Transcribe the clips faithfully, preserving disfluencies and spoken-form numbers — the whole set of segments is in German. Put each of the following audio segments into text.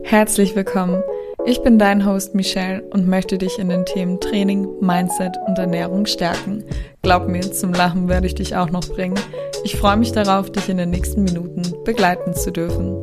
Herzlich willkommen. Ich bin dein Host Michelle und möchte dich in den Themen Training, Mindset und Ernährung stärken. Glaub mir, zum Lachen werde ich dich auch noch bringen. Ich freue mich darauf, dich in den nächsten Minuten begleiten zu dürfen.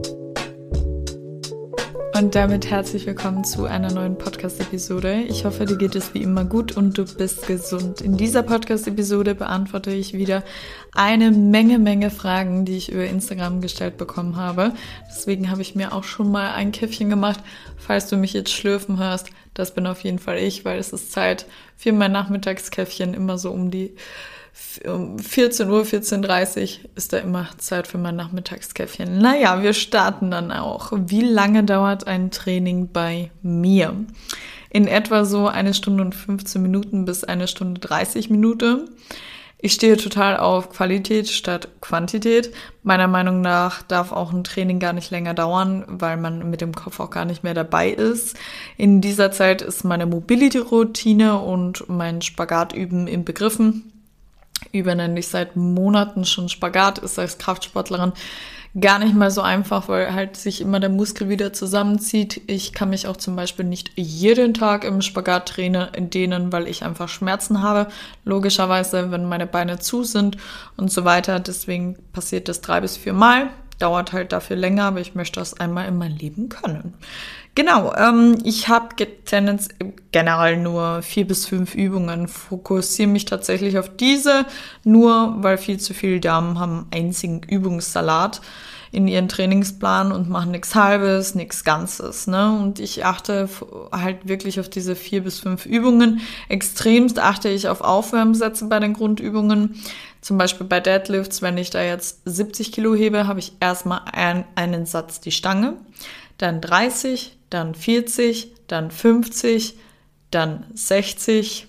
Und damit herzlich willkommen zu einer neuen Podcast-Episode. Ich hoffe, dir geht es wie immer gut und du bist gesund. In dieser Podcast-Episode beantworte ich wieder eine Menge, Menge Fragen, die ich über Instagram gestellt bekommen habe. Deswegen habe ich mir auch schon mal ein Käffchen gemacht. Falls du mich jetzt schlürfen hörst, das bin auf jeden Fall ich, weil es ist Zeit für mein Nachmittagskäffchen, immer so um die um vierzehn Uhr, vierzehn Uhr dreißig ist da immer Zeit für mein Nachmittagskäffchen. Naja, wir starten dann auch. Wie lange dauert ein Training bei mir? In etwa so eine Stunde und fünfzehn Minuten bis eine Stunde dreißig Minuten. Ich stehe total auf Qualität statt Quantität. Meiner Meinung nach darf auch ein Training gar nicht länger dauern, weil man mit dem Kopf auch gar nicht mehr dabei ist. In dieser Zeit ist meine Mobility-Routine und mein Spagatüben inbegriffen. Übe nämlich seit Monaten schon Spagat, ist als Kraftsportlerin gar nicht mal so einfach, weil halt sich immer der Muskel wieder zusammenzieht. Ich kann mich auch zum Beispiel nicht jeden Tag im Spagat trainieren, dehnen, weil ich einfach Schmerzen habe. Logischerweise, wenn meine Beine zu sind und so weiter. Deswegen passiert das drei bis vier Mal. Dauert halt dafür länger, aber ich möchte das einmal in mein Leben können. Genau, ähm, ich habe Tendenz generell nur vier bis fünf Übungen, fokussiere mich tatsächlich auf diese, nur weil viel zu viele Damen haben einen einzigen Übungssalat in ihren Trainingsplan und machen nichts Halbes, nichts Ganzes, ne? Und ich achte halt wirklich auf diese vier bis fünf Übungen. Extremst achte ich auf Aufwärmsätze bei den Grundübungen. Zum Beispiel bei Deadlifts, wenn ich da jetzt siebzig Kilo hebe, habe ich erstmal ein, einen Satz die Stange, dann dreißig, dann vierzig, dann fünfzig, dann sechzig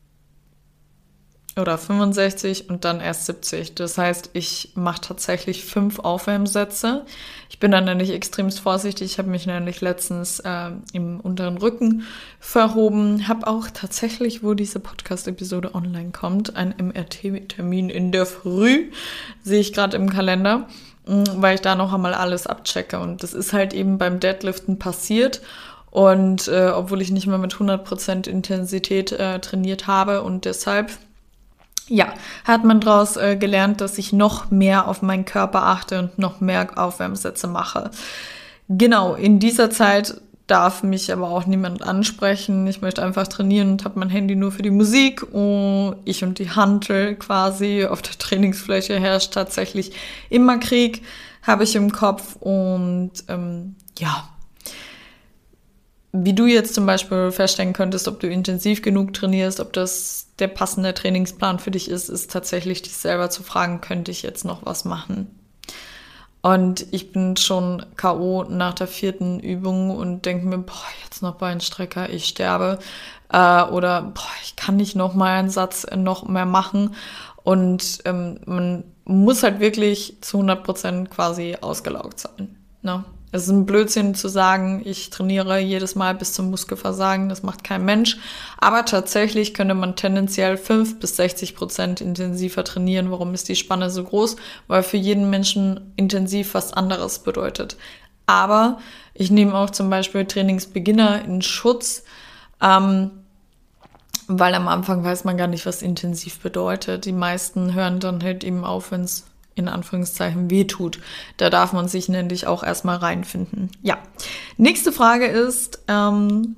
oder fünfundsechzig und dann erst siebzig. Das heißt, ich mache tatsächlich fünf Aufwärmsätze. Ich bin dann nämlich extremst vorsichtig. Ich habe mich nämlich letztens äh, im unteren Rücken verhoben. Habe auch tatsächlich, wo diese Podcast-Episode online kommt, einen M R T-Termin in der Früh, sehe ich gerade im Kalender, weil ich da noch einmal alles abchecke. Und das ist halt eben beim Deadliften passiert. Und äh, obwohl ich nicht mehr mit hundert Prozent Intensität äh, trainiert habe und deshalb ja, hat man daraus äh, gelernt, dass ich noch mehr auf meinen Körper achte und noch mehr Aufwärmsätze mache. Genau, in dieser Zeit darf mich aber auch niemand ansprechen. Ich möchte einfach trainieren und habe mein Handy nur für die Musik. Und ich und die Hantel quasi auf der Trainingsfläche herrscht tatsächlich immer Krieg, habe ich im Kopf. Und ähm, ja, wie du jetzt zum Beispiel feststellen könntest, ob du intensiv genug trainierst, ob das der passende Trainingsplan für dich ist, ist tatsächlich dich selber zu fragen, könnte ich jetzt noch was machen? Und ich bin schon K O nach der vierten Übung und denke mir, boah, jetzt noch Beinstrecker, ich sterbe. Äh, oder boah, ich kann nicht noch mal einen Satz noch mehr machen. Und ähm, man muss halt wirklich zu hundert Prozent quasi ausgelaugt sein, ne? Es ist ein Blödsinn zu sagen, ich trainiere jedes Mal bis zum Muskelversagen, das macht kein Mensch. Aber tatsächlich könnte man tendenziell fünf bis sechzig Prozent intensiver trainieren. Warum ist die Spanne so groß? Weil für jeden Menschen intensiv was anderes bedeutet. Aber ich nehme auch zum Beispiel Trainingsbeginner in Schutz, ähm, weil am Anfang weiß man gar nicht, was intensiv bedeutet. Die meisten hören dann halt eben auf, wenn es in Anführungszeichen wehtut. Da darf man sich nämlich auch erstmal reinfinden. Ja, nächste Frage ist, ähm,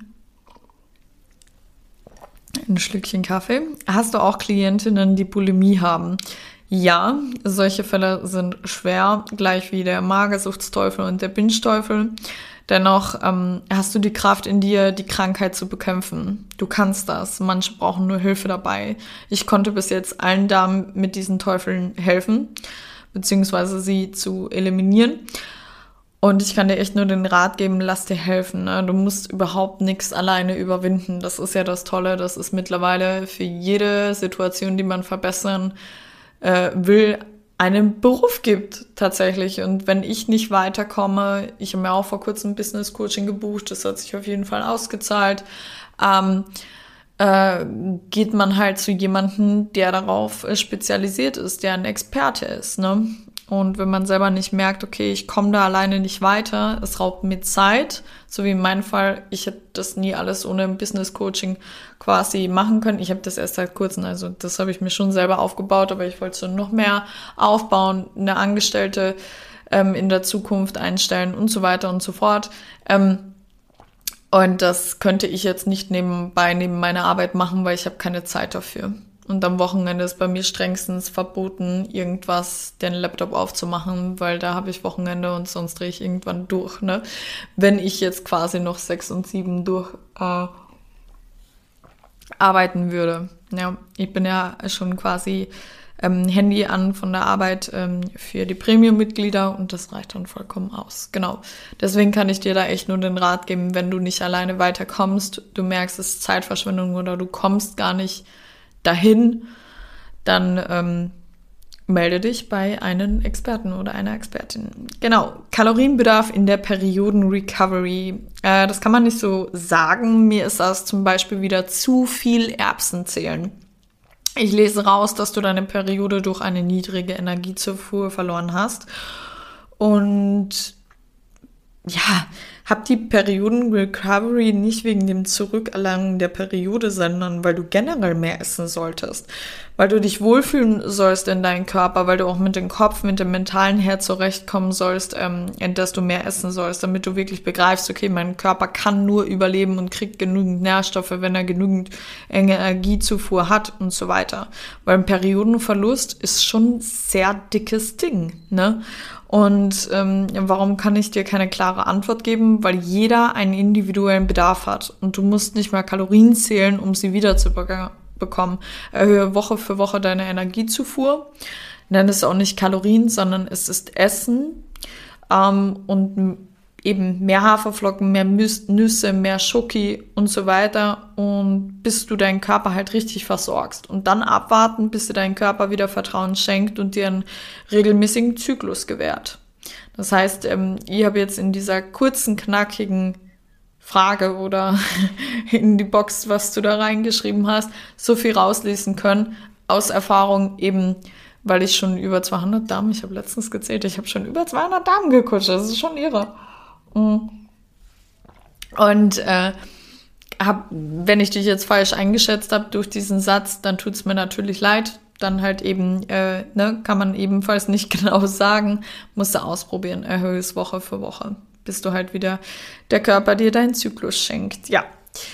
ein Schlückchen Kaffee. Hast du auch Klientinnen, die Bulimie haben? Ja, solche Fälle sind schwer, gleich wie der Magersuchtsteufel und der Binge-Teufel. Dennoch ähm, hast du die Kraft in dir, die Krankheit zu bekämpfen. Du kannst das. Manche brauchen nur Hilfe dabei. Ich konnte bis jetzt allen Damen mit diesen Teufeln helfen, beziehungsweise sie zu eliminieren. Und ich kann dir echt nur den Rat geben, lass dir helfen, ne? Du musst überhaupt nichts alleine überwinden. Das ist ja das Tolle. Das ist mittlerweile für jede Situation, die man verbessern äh, will, einen Beruf gibt tatsächlich. Und wenn ich nicht weiterkomme, ich habe mir auch vor kurzem Business Coaching gebucht, das hat sich auf jeden Fall ausgezahlt, ähm, äh, geht man halt zu jemandem, der darauf spezialisiert ist, der ein Experte ist, ne? Und wenn man selber nicht merkt, okay, ich komme da alleine nicht weiter, es raubt mir Zeit, so wie in meinem Fall, ich hätte das nie alles ohne Business Coaching quasi machen können. Ich habe das erst seit kurzem, also das habe ich mir schon selber aufgebaut, aber ich wollte so noch mehr aufbauen, eine Angestellte ähm, in der Zukunft einstellen und so weiter und so fort. Ähm, und das könnte ich jetzt nicht nebenbei neben meiner Arbeit machen, weil ich habe keine Zeit dafür. Und am Wochenende ist bei mir strengstens verboten, irgendwas, den Laptop aufzumachen, weil da habe ich Wochenende und sonst drehe ich irgendwann durch, ne? Wenn ich jetzt quasi noch sechs und sieben durch äh, arbeiten würde. Ja, ich bin ja schon quasi ähm, Handy an von der Arbeit ähm, für die Premium-Mitglieder und das reicht dann vollkommen aus. Genau. Deswegen kann ich dir da echt nur den Rat geben, wenn du nicht alleine weiterkommst, du merkst, es ist Zeitverschwendung oder du kommst gar nicht dahin, dann ähm, melde dich bei einem Experten oder einer Expertin. Genau, Kalorienbedarf in der Perioden-Recovery. Äh, das kann man nicht so sagen. Mir ist das zum Beispiel wieder zu viel Erbsen zählen. Ich lese raus, dass du deine Periode durch eine niedrige Energiezufuhr verloren hast. Und ja, hab die Perioden-Recovery nicht wegen dem Zurückerlangen der Periode, sondern weil du generell mehr essen solltest. Weil du dich wohlfühlen sollst in deinem Körper, weil du auch mit dem Kopf, mit dem mentalen Herd zurechtkommen sollst, ähm, dass du mehr essen sollst, damit du wirklich begreifst, okay, mein Körper kann nur überleben und kriegt genügend Nährstoffe, wenn er genügend Energiezufuhr hat und so weiter. Weil ein Periodenverlust ist schon ein sehr dickes Ding, ne? Und ähm, warum kann ich dir keine klare Antwort geben? Weil jeder einen individuellen Bedarf hat und du musst nicht mal Kalorien zählen, um sie wieder zu be- bekommen. Erhöhe Woche für Woche deine Energiezufuhr. Nenn es auch nicht Kalorien, sondern es ist Essen ähm, und eben mehr Haferflocken, mehr Nüsse, mehr Schoki und so weiter und bis du deinen Körper halt richtig versorgst und dann abwarten, bis dir dein Körper wieder Vertrauen schenkt und dir einen regelmäßigen Zyklus gewährt. Das heißt, ähm, ich habe jetzt in dieser kurzen, knackigen Frage oder in die Box, was du da reingeschrieben hast, so viel rauslesen können aus Erfahrung eben, weil ich schon über zweihundert Damen, ich habe letztens gezählt, ich habe schon über zweihundert Damen gecoacht, das ist schon irre. Und äh, hab, wenn ich dich jetzt falsch eingeschätzt habe durch diesen Satz, dann tut's mir natürlich leid. Dann halt eben, äh, ne, kann man ebenfalls nicht genau sagen, musst du ausprobieren, erhöhe es Woche für Woche, bis du halt wieder der Körper dir deinen Zyklus schenkt. Ja,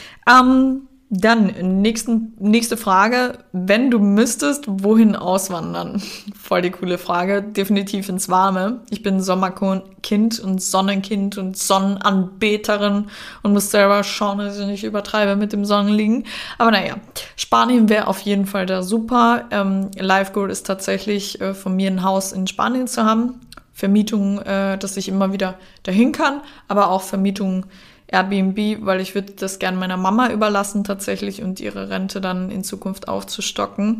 ähm, dann nächsten, nächste Frage, wenn du müsstest, wohin auswandern? Voll die coole Frage, definitiv ins Warme. Ich bin Sommerkind und Sonnenkind und Sonnenanbeterin und muss selber schauen, dass ich nicht übertreibe mit dem Sonnenliegen. Aber naja, Spanien wäre auf jeden Fall da super. Ähm, Life Goal ist tatsächlich äh, von mir ein Haus in Spanien zu haben. Vermietung, äh, dass ich immer wieder dahin kann, aber auch Vermietung Airbnb, weil ich würde das gerne meiner Mama überlassen tatsächlich und ihre Rente dann in Zukunft aufzustocken.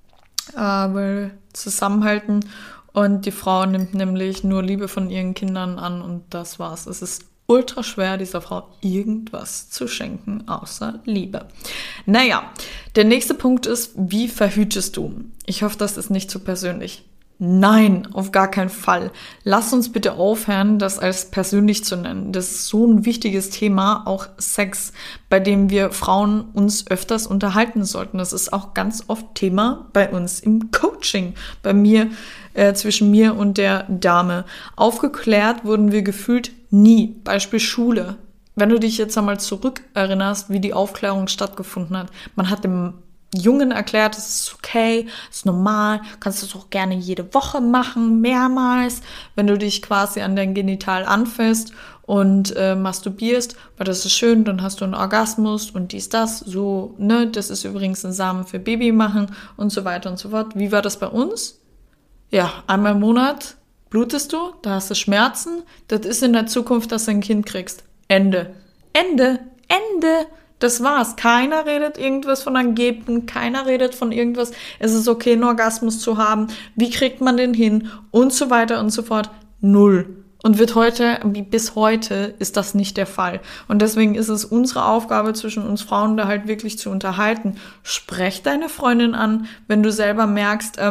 Äh, weil zusammenhalten und die Frau nimmt nämlich nur Liebe von ihren Kindern an und das war's. Es ist ultra schwer, dieser Frau irgendwas zu schenken, außer Liebe. Naja, der nächste Punkt ist, wie verhütest du? Ich hoffe, das ist nicht zu persönlich. Nein, auf gar keinen Fall. Lass uns bitte aufhören, das als persönlich zu nennen. Das ist so ein wichtiges Thema, auch Sex, bei dem wir Frauen uns öfters unterhalten sollten. Das ist auch ganz oft Thema bei uns im Coaching, bei mir, äh, zwischen mir und der Dame. Aufgeklärt wurden wir gefühlt nie. Beispiel Schule. Wenn du dich jetzt einmal zurückerinnerst, wie die Aufklärung stattgefunden hat. Man hat dem Jungen erklärt, es ist okay, es ist normal, kannst du es auch gerne jede Woche machen, mehrmals, wenn du dich quasi an dein Genital anfasst und äh, masturbierst, weil das ist schön, dann hast du einen Orgasmus und dies, das, so, ne, das ist übrigens ein Samen für Baby machen und so weiter und so fort. Wie war das bei uns? Ja, einmal im Monat blutest du, da hast du Schmerzen, das ist in der Zukunft, dass du ein Kind kriegst. Ende. Ende. Ende. Das war's. Keiner redet irgendwas von Angeben, keiner redet von irgendwas. Es ist okay, einen Orgasmus zu haben. Wie kriegt man den hin? Und so weiter und so fort. Null. Und wird heute, wie bis heute, ist das nicht der Fall. Und deswegen ist es unsere Aufgabe zwischen uns Frauen, da halt wirklich zu unterhalten. Sprech deine Freundin an, wenn du selber merkst, ähm,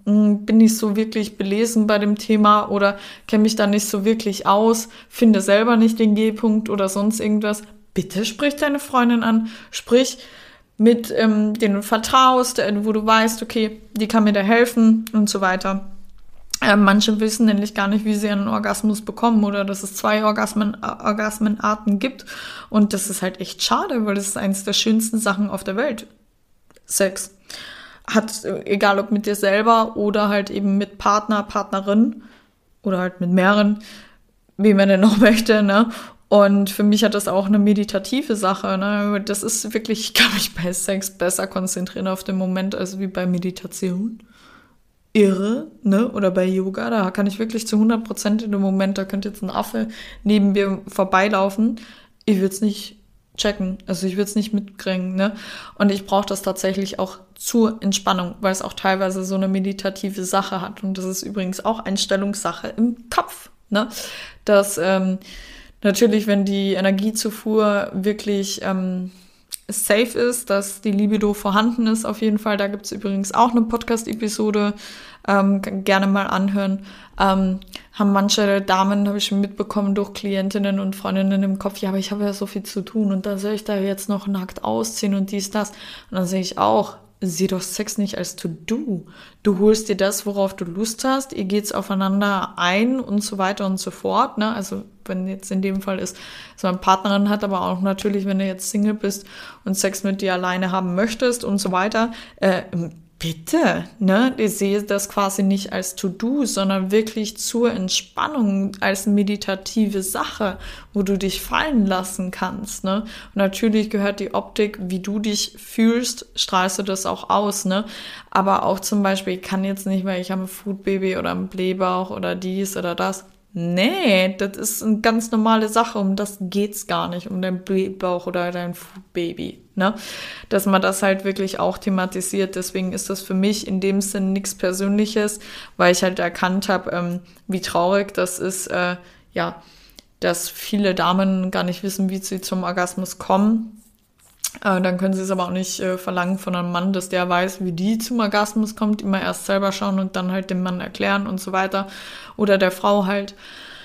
bin nicht so wirklich belesen bei dem Thema oder kenne mich da nicht so wirklich aus, finde selber nicht den G-Punkt oder sonst irgendwas, bitte sprich deine Freundin an, sprich mit ähm, denen du vertraust, wo du weißt, okay, die kann mir da helfen und so weiter. Äh, manche wissen nämlich gar nicht, wie sie einen Orgasmus bekommen oder dass es zwei Orgasmen, Orgasmenarten gibt und das ist halt echt schade, weil das ist eines der schönsten Sachen auf der Welt. Sex. Hat, egal ob mit dir selber oder halt eben mit Partner, Partnerin oder halt mit mehreren, wie man denn noch möchte, ne? Und für mich hat das auch eine meditative Sache, ne? Das ist wirklich, ich kann mich bei Sex besser konzentrieren auf den Moment, als wie bei Meditation. Irre, ne? Oder bei Yoga, da kann ich wirklich zu hundert Prozent in dem Moment, da könnte jetzt ein Affe neben mir vorbeilaufen. Ich würde es nicht checken, also ich würde es nicht mitkriegen, ne? Und ich brauche das tatsächlich auch zur Entspannung, weil es auch teilweise so eine meditative Sache hat. Und das ist übrigens auch Einstellungssache im Kopf, ne? Dass ähm, natürlich, wenn die Energiezufuhr wirklich ähm, safe ist, dass die Libido vorhanden ist, auf jeden Fall. Da gibt es übrigens auch eine Podcast-Episode, ähm, gerne mal anhören. Ähm, haben manche Damen, habe ich schon mitbekommen, durch Klientinnen und Freundinnen im Kopf, ja, aber ich habe ja so viel zu tun und da soll ich da jetzt noch nackt ausziehen und dies, das. Und dann sehe ich auch, sieh doch Sex nicht als To-Do. Du holst dir das, worauf du Lust hast, ihr geht's aufeinander ein und so weiter und so fort, ne? Also wenn jetzt in dem Fall ist, so eine Partnerin hat, aber auch natürlich, wenn du jetzt Single bist und Sex mit dir alleine haben möchtest und so weiter, äh, bitte, ne? Ich sehe das quasi nicht als To-Do, sondern wirklich zur Entspannung, als meditative Sache, wo du dich fallen lassen kannst, ne? Und natürlich gehört die Optik, wie du dich fühlst, strahlst du das auch aus, ne? Aber auch zum Beispiel, ich kann jetzt nicht, weil ich habe ein Foodbaby oder einen Blähbauch oder dies oder das. Nee, das ist eine ganz normale Sache, um das geht's gar nicht, um dein Blähbauch oder dein Foodbaby, ne? Dass man das halt wirklich auch thematisiert, deswegen ist das für mich in dem Sinn nichts Persönliches, weil ich halt erkannt habe, ähm, wie traurig das ist, äh, ja, dass viele Damen gar nicht wissen, wie sie zum Orgasmus kommen. Äh, dann können sie es aber auch nicht äh, verlangen von einem Mann, dass der weiß, wie die zum Orgasmus kommt, immer erst selber schauen und dann halt dem Mann erklären und so weiter. Oder der Frau halt.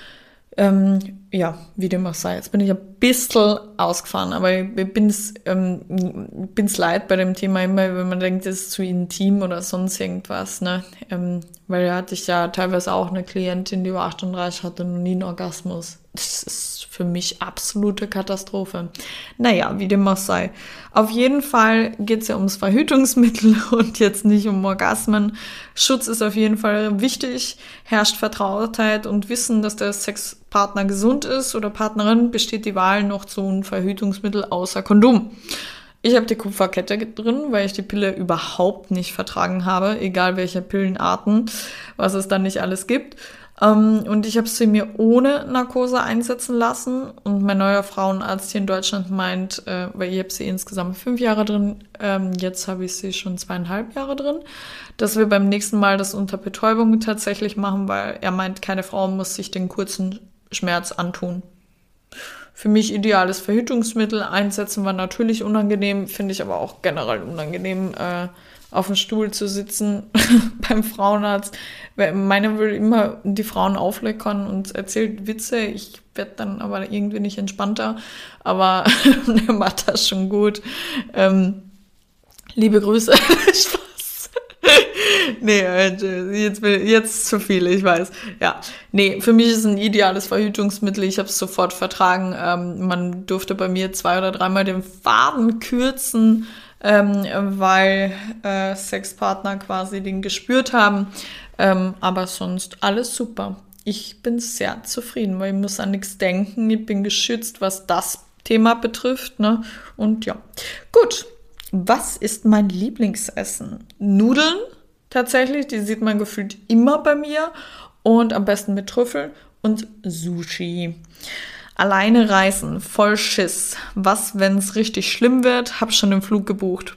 Ähm, ja, wie dem auch sei. Jetzt bin ich ein bisschen ausgefahren, aber ich bin's, ähm, bin's leid bei dem Thema immer, wenn man denkt, das ist zu intim oder sonst irgendwas, ne? Ähm, weil da hatte ich ja teilweise auch eine Klientin, die war achtunddreißig, hatte noch nie einen Orgasmus. Das ist für mich absolute Katastrophe. Naja, wie dem auch sei. Auf jeden Fall geht's ja ums Verhütungsmittel und jetzt nicht um Orgasmen. Schutz ist auf jeden Fall wichtig, herrscht Vertrautheit und Wissen, dass der Sexpartner gesund ist oder Partnerin, besteht die Wahl noch zu einem Verhütungsmittel außer Kondom. Ich habe die Kupferkette drin, weil ich die Pille überhaupt nicht vertragen habe, egal welche Pillenarten, was es dann nicht alles gibt. Um, und ich habe sie mir ohne Narkose einsetzen lassen. Und mein neuer Frauenarzt hier in Deutschland meint, äh, weil ich habe sie insgesamt fünf Jahre drin, ähm, jetzt habe ich sie schon zweieinhalb Jahre drin, dass wir beim nächsten Mal das unter Betäubung tatsächlich machen, weil er meint, keine Frau muss sich den kurzen Schmerz antun. Für mich ideales Verhütungsmittel. Einsetzen war natürlich unangenehm, finde ich aber auch generell unangenehm, äh, auf dem Stuhl zu sitzen beim Frauenarzt. Meine will immer die Frauen aufleckern und erzählt Witze. Ich werde dann aber irgendwie nicht entspannter. Aber der macht das schon gut. Ähm, liebe Grüße. Spaß. Nee, jetzt, jetzt zu viel, ich weiß. Ja, nee, für mich ist es ein ideales Verhütungsmittel. Ich habe es sofort vertragen. Ähm, man durfte bei mir zwei oder dreimal den Faden kürzen, Ähm, weil äh, Sexpartner quasi den gespürt haben. Ähm, aber sonst alles super. Ich bin sehr zufrieden, weil ich muss an nichts denken. Ich bin geschützt, was das Thema betrifft, ne? Und ja, gut. Was ist mein Lieblingsessen? Nudeln tatsächlich, die sieht man gefühlt immer bei mir. Und am besten mit Trüffel und Sushi. Alleine reisen, voll Schiss. Was, wenn es richtig schlimm wird? Hab schon den Flug gebucht.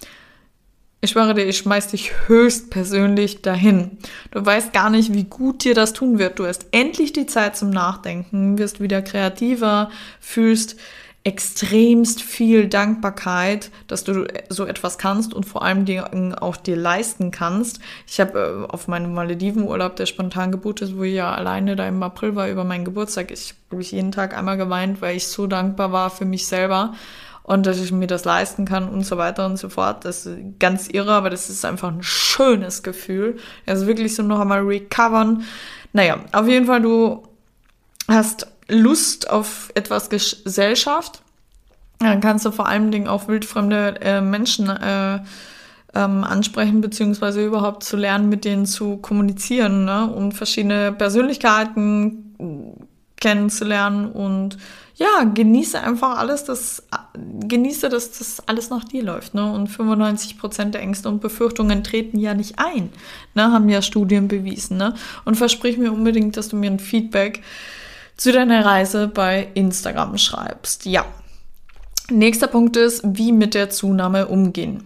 Ich schwöre dir, ich schmeiß dich höchstpersönlich dahin. Du weißt gar nicht, wie gut dir das tun wird. Du hast endlich die Zeit zum Nachdenken, wirst wieder kreativer, fühlst extremst viel Dankbarkeit, dass du so etwas kannst und vor allem dir auch dir leisten kannst. Ich habe äh, auf meinem Maledivenurlaub, der spontan gebucht ist, wo ich ja alleine da im April war über meinen Geburtstag, ich habe jeden Tag einmal geweint, weil ich so dankbar war für mich selber und dass ich mir das leisten kann und so weiter und so fort. Das ist ganz irre, aber das ist einfach ein schönes Gefühl. Also wirklich so noch einmal recovern. Naja, auf jeden Fall, du hast Lust auf etwas Gesellschaft, dann kannst du vor allen Dingen auch wildfremde äh, Menschen äh, ähm, ansprechen, beziehungsweise überhaupt zu lernen, mit denen zu kommunizieren, ne? Um verschiedene Persönlichkeiten kennenzulernen und ja, genieße einfach alles, das, genieße, dass das alles nach dir läuft, ne? Und fünfundneunzig Prozent der Ängste und Befürchtungen treten ja nicht ein, ne? Haben ja Studien bewiesen, ne? Und versprich mir unbedingt, dass du mir ein Feedback zu deiner Reise bei Instagram schreibst. Ja. Nächster Punkt ist, wie mit der Zunahme umgehen.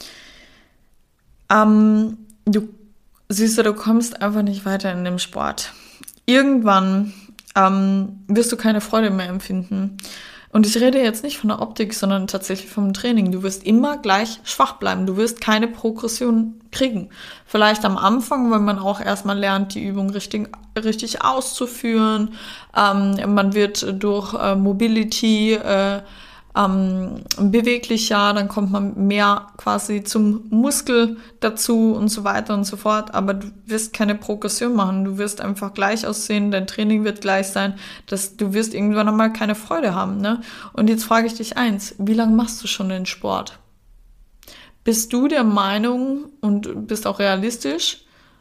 Ähm, du siehst du, du kommst einfach nicht weiter in dem Sport. Irgendwann ähm, wirst du keine Freude mehr empfinden. Und ich rede jetzt nicht von der Optik, sondern tatsächlich vom Training. Du wirst immer gleich schwach bleiben. Du wirst keine Progression kriegen. Vielleicht am Anfang, weil man auch erstmal lernt, die Übung richtig, richtig auszuführen. Ähm, man wird durch äh, Mobility äh, ähm, beweglicher, dann kommt man mehr quasi zum Muskel dazu und so weiter und so fort. Aber du wirst keine Progression machen. Du wirst einfach gleich aussehen, dein Training wird gleich sein. Das, du wirst irgendwann einmal keine Freude haben, ne? Und jetzt frage ich dich eins, wie lange machst du schon den Sport? Bist du der Meinung und bist auch realistisch,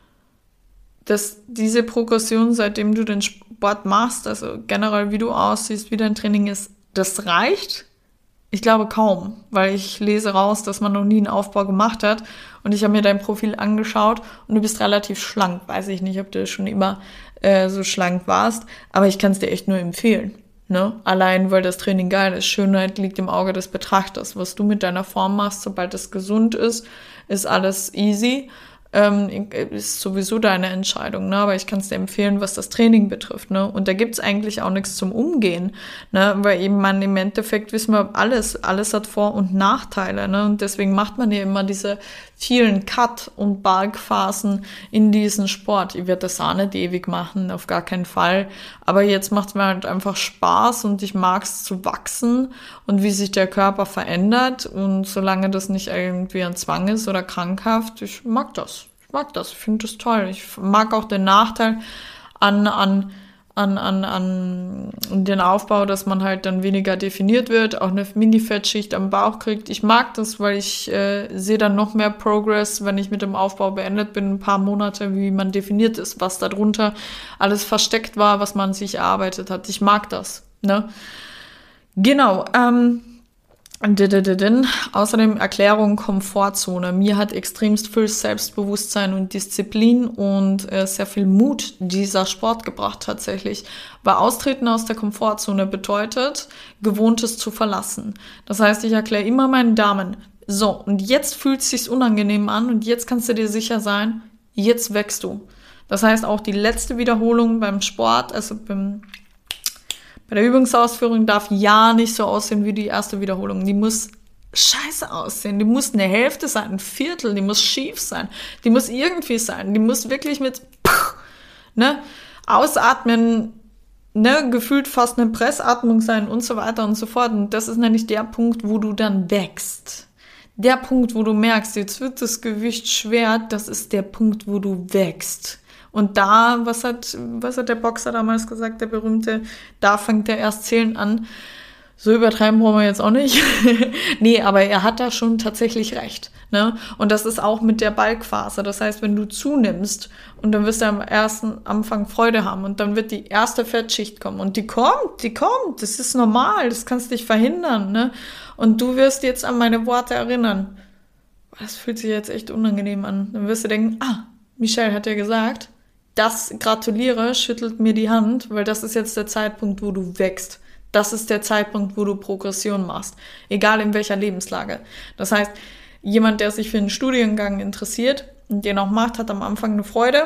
dass diese Progression, seitdem du den Sport machst, also generell wie du aussiehst, wie dein Training ist, das reicht? Ich glaube kaum, weil ich lese raus, dass man noch nie einen Aufbau gemacht hat und ich habe mir dein Profil angeschaut und du bist relativ schlank. Weiß ich nicht, ob du schon immer äh, so schlank warst, aber ich kann es dir echt nur empfehlen. Ne? Allein, weil das Training geil ist. Schönheit liegt im Auge des Betrachters. Was du mit deiner Form machst, sobald es gesund ist, ist alles easy. Ähm, ist sowieso deine Entscheidung, ne? Aber ich kann es dir empfehlen, was das Training betrifft, ne? Und da gibt's eigentlich auch nichts zum Umgehen, ne? Weil eben man im Endeffekt wissen wir alles, alles hat Vor- und Nachteile, ne? Und deswegen macht man ja immer diese vielen Cut- und Bulk-Phasen in diesen Sport. Ich werde das auch nicht ewig machen, auf gar keinen Fall. Aber jetzt macht es mir halt einfach Spaß und ich mag es zu wachsen und wie sich der Körper verändert. Und solange das nicht irgendwie ein Zwang ist oder krankhaft, ich mag das. Ich mag das, ich finde das toll. Ich mag auch den Nachteil an, an, an, an, an den Aufbau, dass man halt dann weniger definiert wird, auch eine Mini-Fettschicht am Bauch kriegt. Ich mag das, weil ich äh, sehe dann noch mehr Progress, wenn ich mit dem Aufbau beendet bin, ein paar Monate, wie man definiert ist, was darunter alles versteckt war, was man sich erarbeitet hat. Ich mag das, ne? Genau, ähm, Außerdem Erklärung Komfortzone. Mir hat extremst viel Selbstbewusstsein und Disziplin und äh, sehr viel Mut dieser Sport gebracht tatsächlich. Weil Austreten aus der Komfortzone bedeutet, Gewohntes zu verlassen. Das heißt, ich erkläre immer meinen Damen, so, und jetzt fühlt es sich unangenehm an und jetzt kannst du dir sicher sein, jetzt wächst du. Das heißt, auch die letzte Wiederholung beim Sport, also beim Bei der Übungsausführung darf ja nicht so aussehen wie die erste Wiederholung. Die muss scheiße aussehen. Die muss eine Hälfte sein, ein Viertel. Die muss schief sein. Die muss irgendwie sein. Die muss wirklich mit ne, ausatmen, ne, gefühlt fast eine Pressatmung sein und so weiter und so fort. Und das ist nämlich der Punkt, wo du dann wächst. Der Punkt, wo du merkst, jetzt wird das Gewicht schwer, das ist der Punkt, wo du wächst. Und da, was hat, was hat der Boxer damals gesagt, der berühmte, da fängt er erst zählen an. So übertreiben brauchen wir jetzt auch nicht. Nee, aber er hat da schon tatsächlich recht, ne? Und das ist auch mit der Bulkphase. Das heißt, wenn du zunimmst und dann wirst du am ersten Anfang Freude haben und dann wird die erste Fettschicht kommen und die kommt, die kommt. Das ist normal, das kannst du nicht verhindern, ne? Und du wirst jetzt an meine Worte erinnern. Das fühlt sich jetzt echt unangenehm an. Dann wirst du denken, ah, Michelle hat ja gesagt, das gratuliere, schüttelt mir die Hand, weil das ist jetzt der Zeitpunkt, wo du wächst. Das ist der Zeitpunkt, wo du Progression machst. Egal in welcher Lebenslage. Das heißt, jemand, der sich für einen Studiengang interessiert und den auch macht, hat am Anfang eine Freude.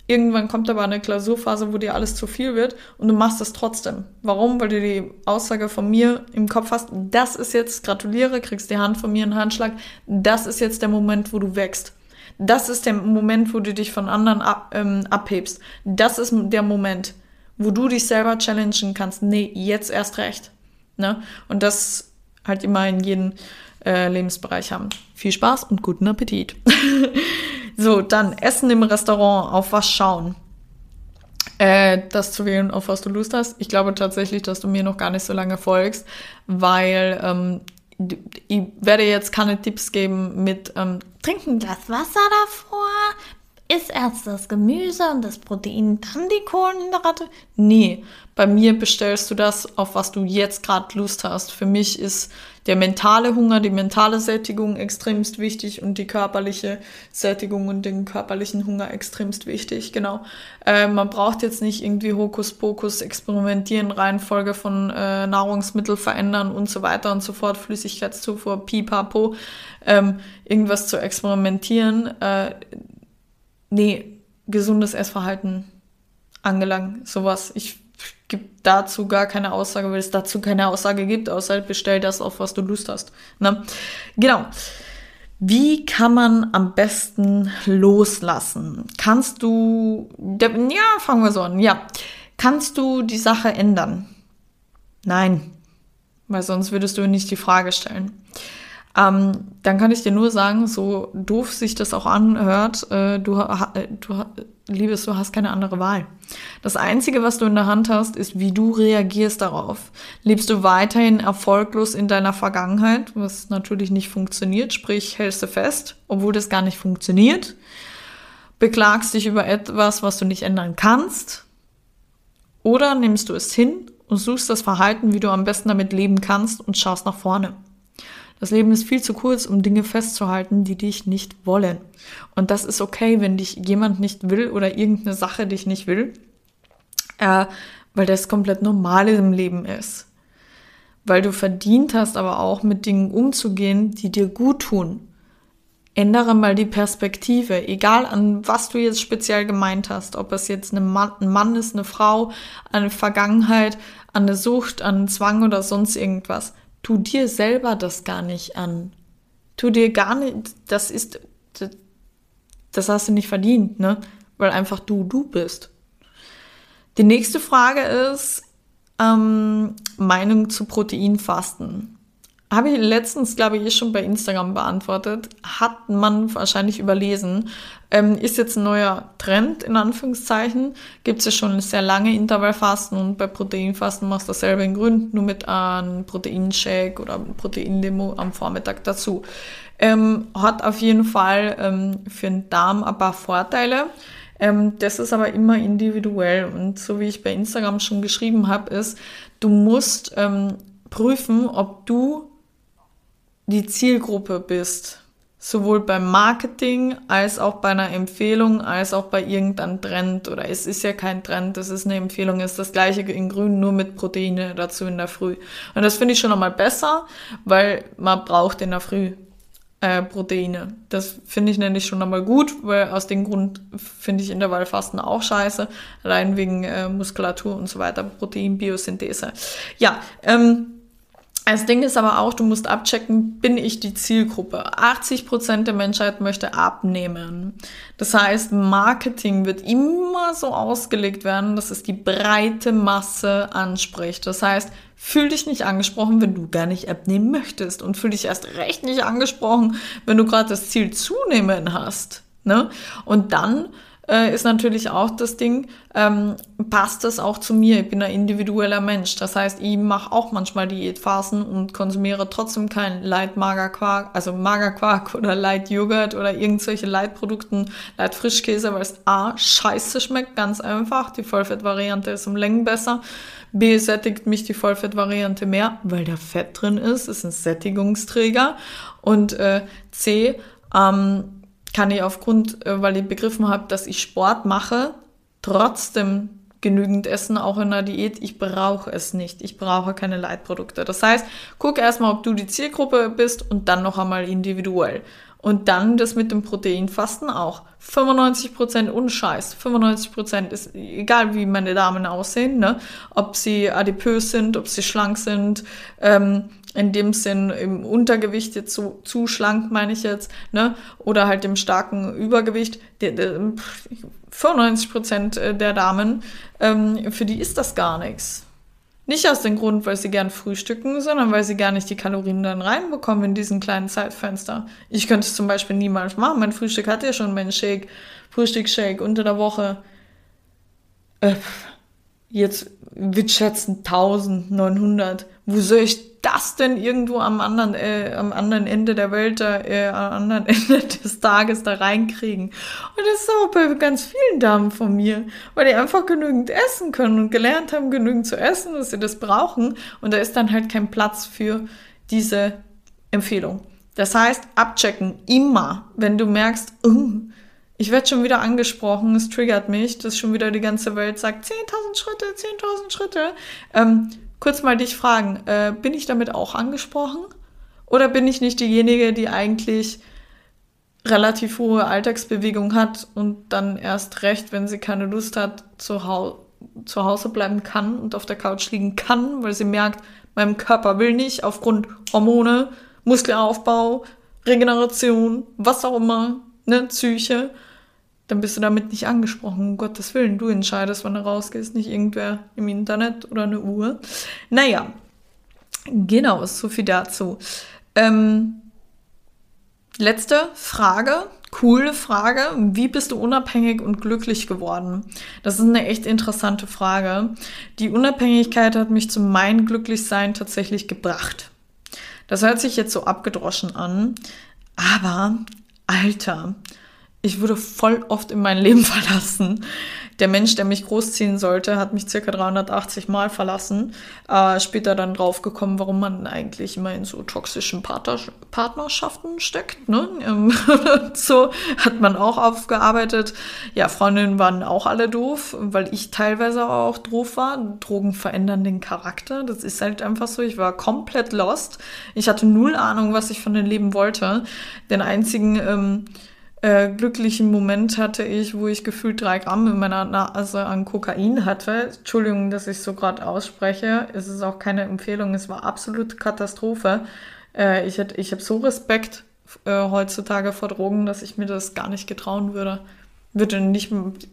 Irgendwann kommt aber eine Klausurphase, wo dir alles zu viel wird und du machst es trotzdem. Warum? Weil du die Aussage von mir im Kopf hast, das ist jetzt, gratuliere, kriegst die Hand von mir, einen Handschlag, das ist jetzt der Moment, wo du wächst. Das ist der Moment, wo du dich von anderen ab, ähm, abhebst. Das ist der Moment, wo du dich selber challengen kannst. Nee, jetzt erst recht. Ne? Und das halt immer in jedem äh, Lebensbereich haben. Viel Spaß und guten Appetit. So, dann Essen im Restaurant, auf was schauen. Äh, das zu wählen, auf was du Lust hast. Ich glaube tatsächlich, dass du mir noch gar nicht so lange folgst, weil ähm, ich werde jetzt keine Tipps geben mit ähm, trinken das Wasser davor, isst erst das Gemüse und das Protein, dann die Kohlenhydrate. Nee, bei mir bestellst du das, auf was du jetzt gerade Lust hast. Für mich ist der mentale Hunger, die mentale Sättigung extremst wichtig und die körperliche Sättigung und den körperlichen Hunger extremst wichtig, genau. Äh, man braucht jetzt nicht irgendwie Hokuspokus experimentieren, Reihenfolge von äh, Nahrungsmittel verändern und so weiter und so fort, Flüssigkeitszufuhr, pipapo, ähm, irgendwas zu experimentieren. Äh, nee, gesundes Essverhalten angelangt, sowas. Ich gibt dazu gar keine Aussage, weil es dazu keine Aussage gibt, außer bestell das, auf was du Lust hast. Ne? Genau. Wie kann man am besten loslassen? Kannst du, ja, fangen wir so an, ja. Kannst du die Sache ändern? Nein, weil sonst würdest du nicht die Frage stellen. Ähm, dann kann ich dir nur sagen, so doof sich das auch anhört, äh, du, äh, du, Liebes, du hast keine andere Wahl. Das Einzige, was du in der Hand hast, ist, wie du reagierst darauf. Lebst du weiterhin erfolglos in deiner Vergangenheit, was natürlich nicht funktioniert, sprich, hältst du fest, obwohl das gar nicht funktioniert, beklagst dich über etwas, was du nicht ändern kannst, oder nimmst du es hin und suchst das Verhalten, wie du am besten damit leben kannst und schaust nach vorne. Das Leben ist viel zu kurz, um Dinge festzuhalten, die dich nicht wollen. Und das ist okay, wenn dich jemand nicht will oder irgendeine Sache dich nicht will, äh, weil das komplett normal im Leben ist. Weil du verdient hast, aber auch mit Dingen umzugehen, die dir gut tun. Ändere mal die Perspektive, egal an was du jetzt speziell gemeint hast, ob es jetzt ein Mann, ein Mann ist, eine Frau, eine Vergangenheit, eine Sucht, an Zwang oder sonst irgendwas. Tu dir selber das gar nicht an. Tu dir gar nicht, das ist, das hast du nicht verdient, ne? Weil einfach du, du bist. Die nächste Frage ist, ähm, Meinung zu Proteinfasten. Habe ich letztens, glaube ich, schon bei Instagram beantwortet. Hat man wahrscheinlich überlesen. Ähm, ist jetzt ein neuer Trend, in Anführungszeichen. Gibt es ja schon sehr lange Intervallfasten und bei Proteinfasten machst du dasselbe in grün, nur mit einem Proteinshake oder einem Proteinlimo am Vormittag dazu. Ähm, hat auf jeden Fall ähm, für den Darm ein paar Vorteile. Ähm, das ist aber immer individuell. Und so wie ich bei Instagram schon geschrieben habe, ist, du musst ähm, prüfen, ob du die Zielgruppe bist. Sowohl beim Marketing, als auch bei einer Empfehlung, als auch bei irgendeinem Trend. Oder es ist ja kein Trend, das ist eine Empfehlung, es ist das gleiche in grün, nur mit Proteine dazu in der Früh. Und das finde ich schon einmal besser, weil man braucht in der Früh äh, Proteine. Das finde ich nämlich schon einmal gut, weil aus dem Grund finde ich Intervallfasten auch scheiße. Allein wegen äh, Muskulatur und so weiter, Proteinbiosynthese. Ja, ähm, das Ding ist aber auch, du musst abchecken, bin ich die Zielgruppe? achtzig Prozent der Menschheit möchte abnehmen. Das heißt, Marketing wird immer so ausgelegt werden, dass es die breite Masse anspricht. Das heißt, fühl dich nicht angesprochen, wenn du gar nicht abnehmen möchtest. Und fühl dich erst recht nicht angesprochen, wenn du gerade das Ziel zunehmen hast. Ne? Und dann äh, ist natürlich auch das Ding, ähm, passt das auch zu mir? Ich bin ein individueller Mensch. Das heißt, ich mache auch manchmal Diätphasen und konsumiere trotzdem kein Light-Magerquark, also Magerquark oder Light-Joghurt oder irgendwelche Light-Produkten, Light-Frischkäse, weil es A, scheiße schmeckt, ganz einfach. Die Vollfett-Variante ist um Längen besser. B, sättigt mich die Vollfett-Variante mehr, weil da Fett drin ist, ist ein Sättigungsträger. Und äh, C, ähm, kann ich aufgrund, äh, weil ich begriffen habe, dass ich Sport mache, trotzdem genügend essen, auch in der Diät. Ich brauche es nicht. Ich brauche keine Leitprodukte. Das heißt, guck erstmal, ob du die Zielgruppe bist und dann noch einmal individuell. Und dann das mit dem Proteinfasten auch. fünfundneunzig Prozent Unscheiß. fünfundneunzig Prozent ist egal, wie meine Damen aussehen, ne? Ob sie adipös sind, ob sie schlank sind, ähm, in dem Sinn im Untergewicht, jetzt so zu schlank meine ich jetzt, ne? Oder halt im starken Übergewicht. Die, die, fünfundneunzig Prozent der Damen, ähm, für die ist das gar nichts. Nicht aus dem Grund, weil sie gern frühstücken, sondern weil sie gar nicht die Kalorien dann reinbekommen in diesen kleinen Zeitfenster. Ich könnte es zum Beispiel niemals machen. Mein Frühstück hat ja schon meinen Shake, Frühstücksshake unter der Woche. Äh, jetzt wird schätzen tausendneunhundert. Wo soll ich das denn irgendwo am anderen, äh, am anderen Ende der Welt, äh, am anderen Ende des Tages da reinkriegen? Und das ist auch bei ganz vielen Damen von mir, weil die einfach genügend essen können und gelernt haben, genügend zu essen, dass sie das brauchen. Und da ist dann halt kein Platz für diese Empfehlung. Das heißt, abchecken, immer, wenn du merkst, uh, ich werde schon wieder angesprochen, es triggert mich, dass schon wieder die ganze Welt sagt, zehntausend Schritte, zehntausend Schritte. Ähm, kurz mal dich fragen, äh, bin ich damit auch angesprochen? Oder bin ich nicht diejenige, die eigentlich relativ hohe Alltagsbewegung hat und dann erst recht, wenn sie keine Lust hat, zu, hau- zu Hause bleiben kann und auf der Couch liegen kann, weil sie merkt, mein Körper will nicht, aufgrund Hormone, Muskelaufbau, Regeneration, was auch immer, ne, Psyche, dann bist du damit nicht angesprochen. Um Gottes Willen, du entscheidest, wann du rausgehst, nicht irgendwer im Internet oder eine Uhr. Naja, genau, so viel dazu. Ähm, letzte Frage, coole Frage. Wie bist du unabhängig und glücklich geworden? Das ist eine echt interessante Frage. Die Unabhängigkeit hat mich zu meinem Glücklichsein tatsächlich gebracht. Das hört sich jetzt so abgedroschen an, aber Alter, ich wurde voll oft in mein Leben verlassen. Der Mensch, der mich großziehen sollte, hat mich circa dreihundertachtzig Mal verlassen. Äh, später dann draufgekommen, warum man eigentlich immer in so toxischen Partner- Partnerschaften steckt. Ne? Ähm, so hat man auch aufgearbeitet. Ja, Freundinnen waren auch alle doof, weil ich teilweise auch doof war. Drogen verändern den Charakter. Das ist halt einfach so. Ich war komplett lost. Ich hatte null Ahnung, was ich von dem Leben wollte. Den einzigen ähm, Äh, glücklichen Moment hatte ich, wo ich gefühlt drei Gramm in meiner Nase an Kokain hatte. Entschuldigung, dass ich so gerade ausspreche. Es ist auch keine Empfehlung. Es war absolute Katastrophe. Äh, ich hätt, ich habe so Respekt äh, heutzutage vor Drogen, dass ich mir das gar nicht getrauen würde. Würde nicht,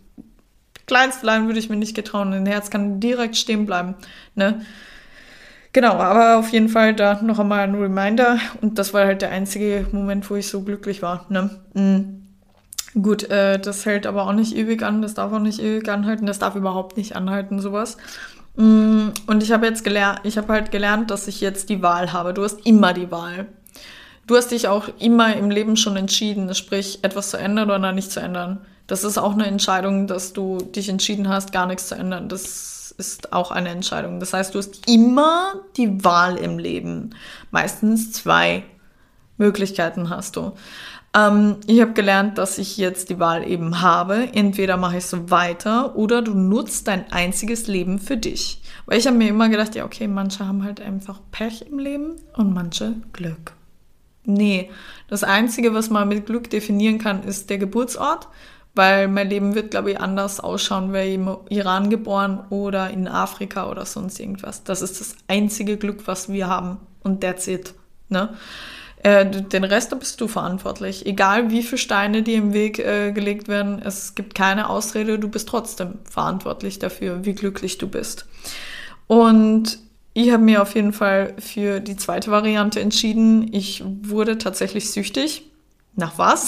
kleinste Lein würde ich mir nicht getrauen. Dein Herz kann direkt stehen bleiben. Ne? Genau, aber auf jeden Fall da noch einmal ein Reminder. Und das war halt der einzige Moment, wo ich so glücklich war. Ne? Mhm. Gut, äh, das hält aber auch nicht ewig an. Das darf auch nicht ewig anhalten. Das darf überhaupt nicht anhalten, sowas. Mhm. Und ich habe jetzt gelernt, ich habe halt gelernt, dass ich jetzt die Wahl habe. Du hast immer die Wahl. Du hast dich auch immer im Leben schon entschieden, sprich, etwas zu ändern oder nicht zu ändern. Das ist auch eine Entscheidung, dass du dich entschieden hast, gar nichts zu ändern. Das ist auch eine Entscheidung. Das heißt, du hast immer die Wahl im Leben. Meistens zwei Möglichkeiten hast du. Ähm, ich habe gelernt, dass ich jetzt die Wahl eben habe. Entweder mache ich so weiter oder du nutzt dein einziges Leben für dich. Weil ich habe mir immer gedacht, ja okay, manche haben halt einfach Pech im Leben und manche Glück. Nee, das Einzige, was man mit Glück definieren kann, ist der Geburtsort. Weil mein Leben wird, glaube ich, anders ausschauen, wäre ich im Iran geboren oder in Afrika oder sonst irgendwas. Das ist das einzige Glück, was wir haben. Und that's it. Ne? Äh, den Rest, da bist du verantwortlich. Egal, wie viele Steine dir im Weg äh, gelegt werden, es gibt keine Ausrede, du bist trotzdem verantwortlich dafür, wie glücklich du bist. Und ich habe mir auf jeden Fall für die zweite Variante entschieden. Ich wurde tatsächlich süchtig. Nach was?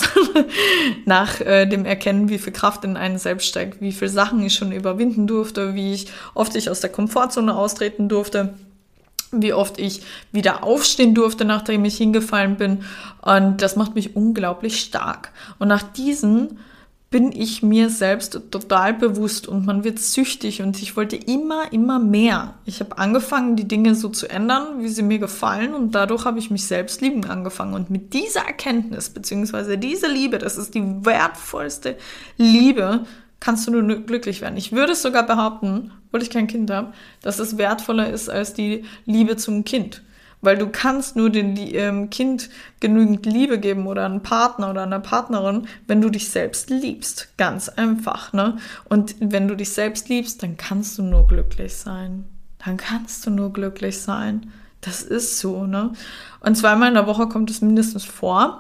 Nach äh, dem Erkennen, wie viel Kraft in einen selbst steckt, wie viele Sachen ich schon überwinden durfte, wie ich oft ich aus der Komfortzone austreten durfte, wie oft ich wieder aufstehen durfte, nachdem ich hingefallen bin. Und das macht mich unglaublich stark. Und nach diesen bin ich mir selbst total bewusst und man wird süchtig und ich wollte immer, immer mehr. Ich habe angefangen, die Dinge so zu ändern, wie sie mir gefallen und dadurch habe ich mich selbst lieben angefangen. Und mit dieser Erkenntnis, beziehungsweise diese Liebe, das ist die wertvollste Liebe, kannst du nur glücklich werden. Ich würde es sogar behaupten, obwohl ich kein Kind habe, dass es wertvoller ist als die Liebe zum Kind. Weil du kannst nur dem ähm, Kind genügend Liebe geben oder einen Partner oder eine Partnerin, wenn du dich selbst liebst. Ganz einfach, ne? Und wenn du dich selbst liebst, dann kannst du nur glücklich sein. Dann kannst du nur glücklich sein. Das ist so, ne? Und zweimal in der Woche kommt es mindestens vor.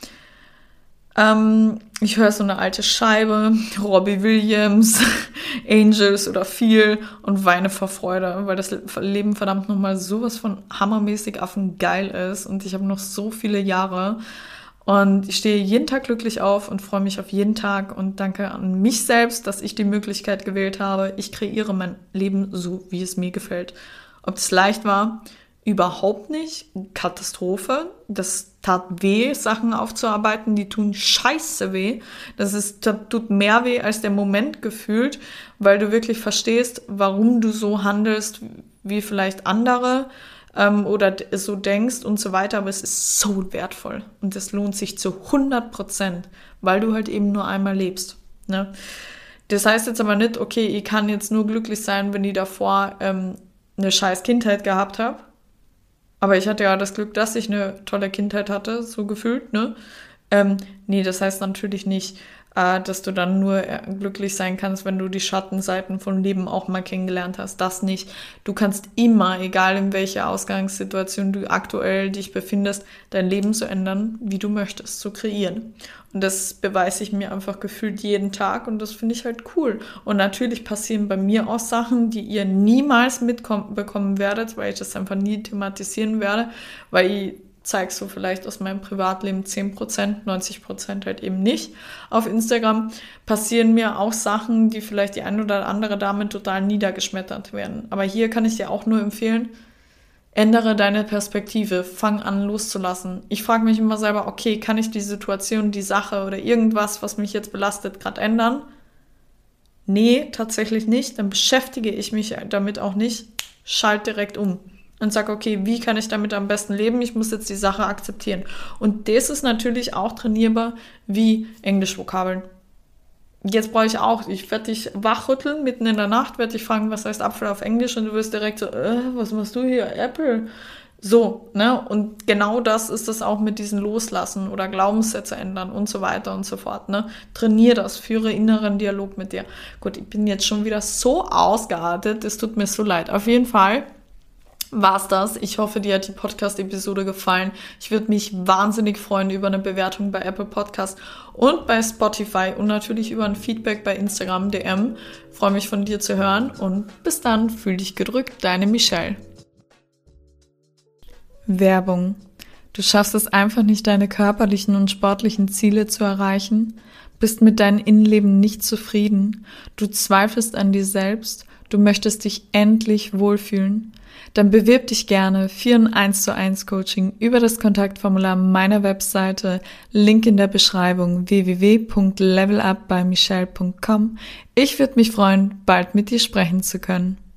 Ähm, ich höre so eine alte Scheibe, Robbie Williams, Angels oder viel und weine vor Freude, weil das Leben verdammt nochmal sowas von hammermäßig affengeil ist und ich habe noch so viele Jahre und ich stehe jeden Tag glücklich auf und freue mich auf jeden Tag und danke an mich selbst, dass ich die Möglichkeit gewählt habe. Ich kreiere mein Leben so, wie es mir gefällt. Ob es leicht war? Überhaupt nicht. Katastrophe. Das tat weh, Sachen aufzuarbeiten, die tun scheiße weh. Das ist, das tut mehr weh als der Moment gefühlt, weil du wirklich verstehst, warum du so handelst wie vielleicht andere ähm, oder so denkst und so weiter. Aber es ist so wertvoll und es lohnt sich zu hundert Prozent, weil du halt eben nur einmal lebst. Ne? Das heißt jetzt aber nicht, okay, ich kann jetzt nur glücklich sein, wenn ich davor ähm, eine scheiß Kindheit gehabt habe. Aber ich hatte ja das Glück, dass ich eine tolle Kindheit hatte, so gefühlt, ne? Ähm, nee, das heißt natürlich nicht, äh, dass du dann nur äh, glücklich sein kannst, wenn du die Schattenseiten vom Leben auch mal kennengelernt hast. Das nicht. Du kannst immer, egal in welcher Ausgangssituation du aktuell dich befindest, dein Leben so ändern, wie du möchtest, so kreieren. Und das beweise ich mir einfach gefühlt jeden Tag und das finde ich halt cool. Und natürlich passieren bei mir auch Sachen, die ihr niemals mitbekommen werdet, weil ich das einfach nie thematisieren werde, weil ich zeige so vielleicht aus meinem Privatleben zehn Prozent, neunzig Prozent halt eben nicht. Auf Instagram passieren mir auch Sachen, die vielleicht die ein oder andere Dame total niedergeschmettert werden. Aber hier kann ich dir auch nur empfehlen, ändere deine Perspektive, fang an loszulassen. Ich frage mich immer selber, okay, kann ich die Situation, die Sache oder irgendwas, was mich jetzt belastet, gerade ändern? Nee, tatsächlich nicht. Dann beschäftige ich mich damit auch nicht. Schalt direkt um und sag, okay, wie kann ich damit am besten leben? Ich muss jetzt die Sache akzeptieren. Und das ist natürlich auch trainierbar wie Englischvokabeln. Jetzt brauche ich auch, ich werde dich wachrütteln, mitten in der Nacht werde dich fragen, was heißt Apfel auf Englisch und du wirst direkt so, äh, was machst du hier, Apple? So, ne? Und genau das ist es auch mit diesen Loslassen oder Glaubenssätze ändern und so weiter und so fort, ne? Trainier das, führe inneren Dialog mit dir. Gut, ich bin jetzt schon wieder so ausgeartet, es tut mir so leid. Auf jeden Fall war's das. Ich hoffe, dir hat die Podcast-Episode gefallen. Ich würde mich wahnsinnig freuen über eine Bewertung bei Apple Podcast und bei Spotify und natürlich über ein Feedback bei Instagram D M. Freue mich von dir zu hören und bis dann, fühl dich gedrückt, deine Michelle. Werbung. Du schaffst es einfach nicht, deine körperlichen und sportlichen Ziele zu erreichen, bist mit deinem Innenleben nicht zufrieden, du zweifelst an dir selbst, du möchtest dich endlich wohlfühlen, dann bewirb dich gerne für ein eins zu eins Coaching über das Kontaktformular meiner Webseite, Link in der Beschreibung w w w punkt level up by michelle punkt com. Ich würde mich freuen, bald mit dir sprechen zu können.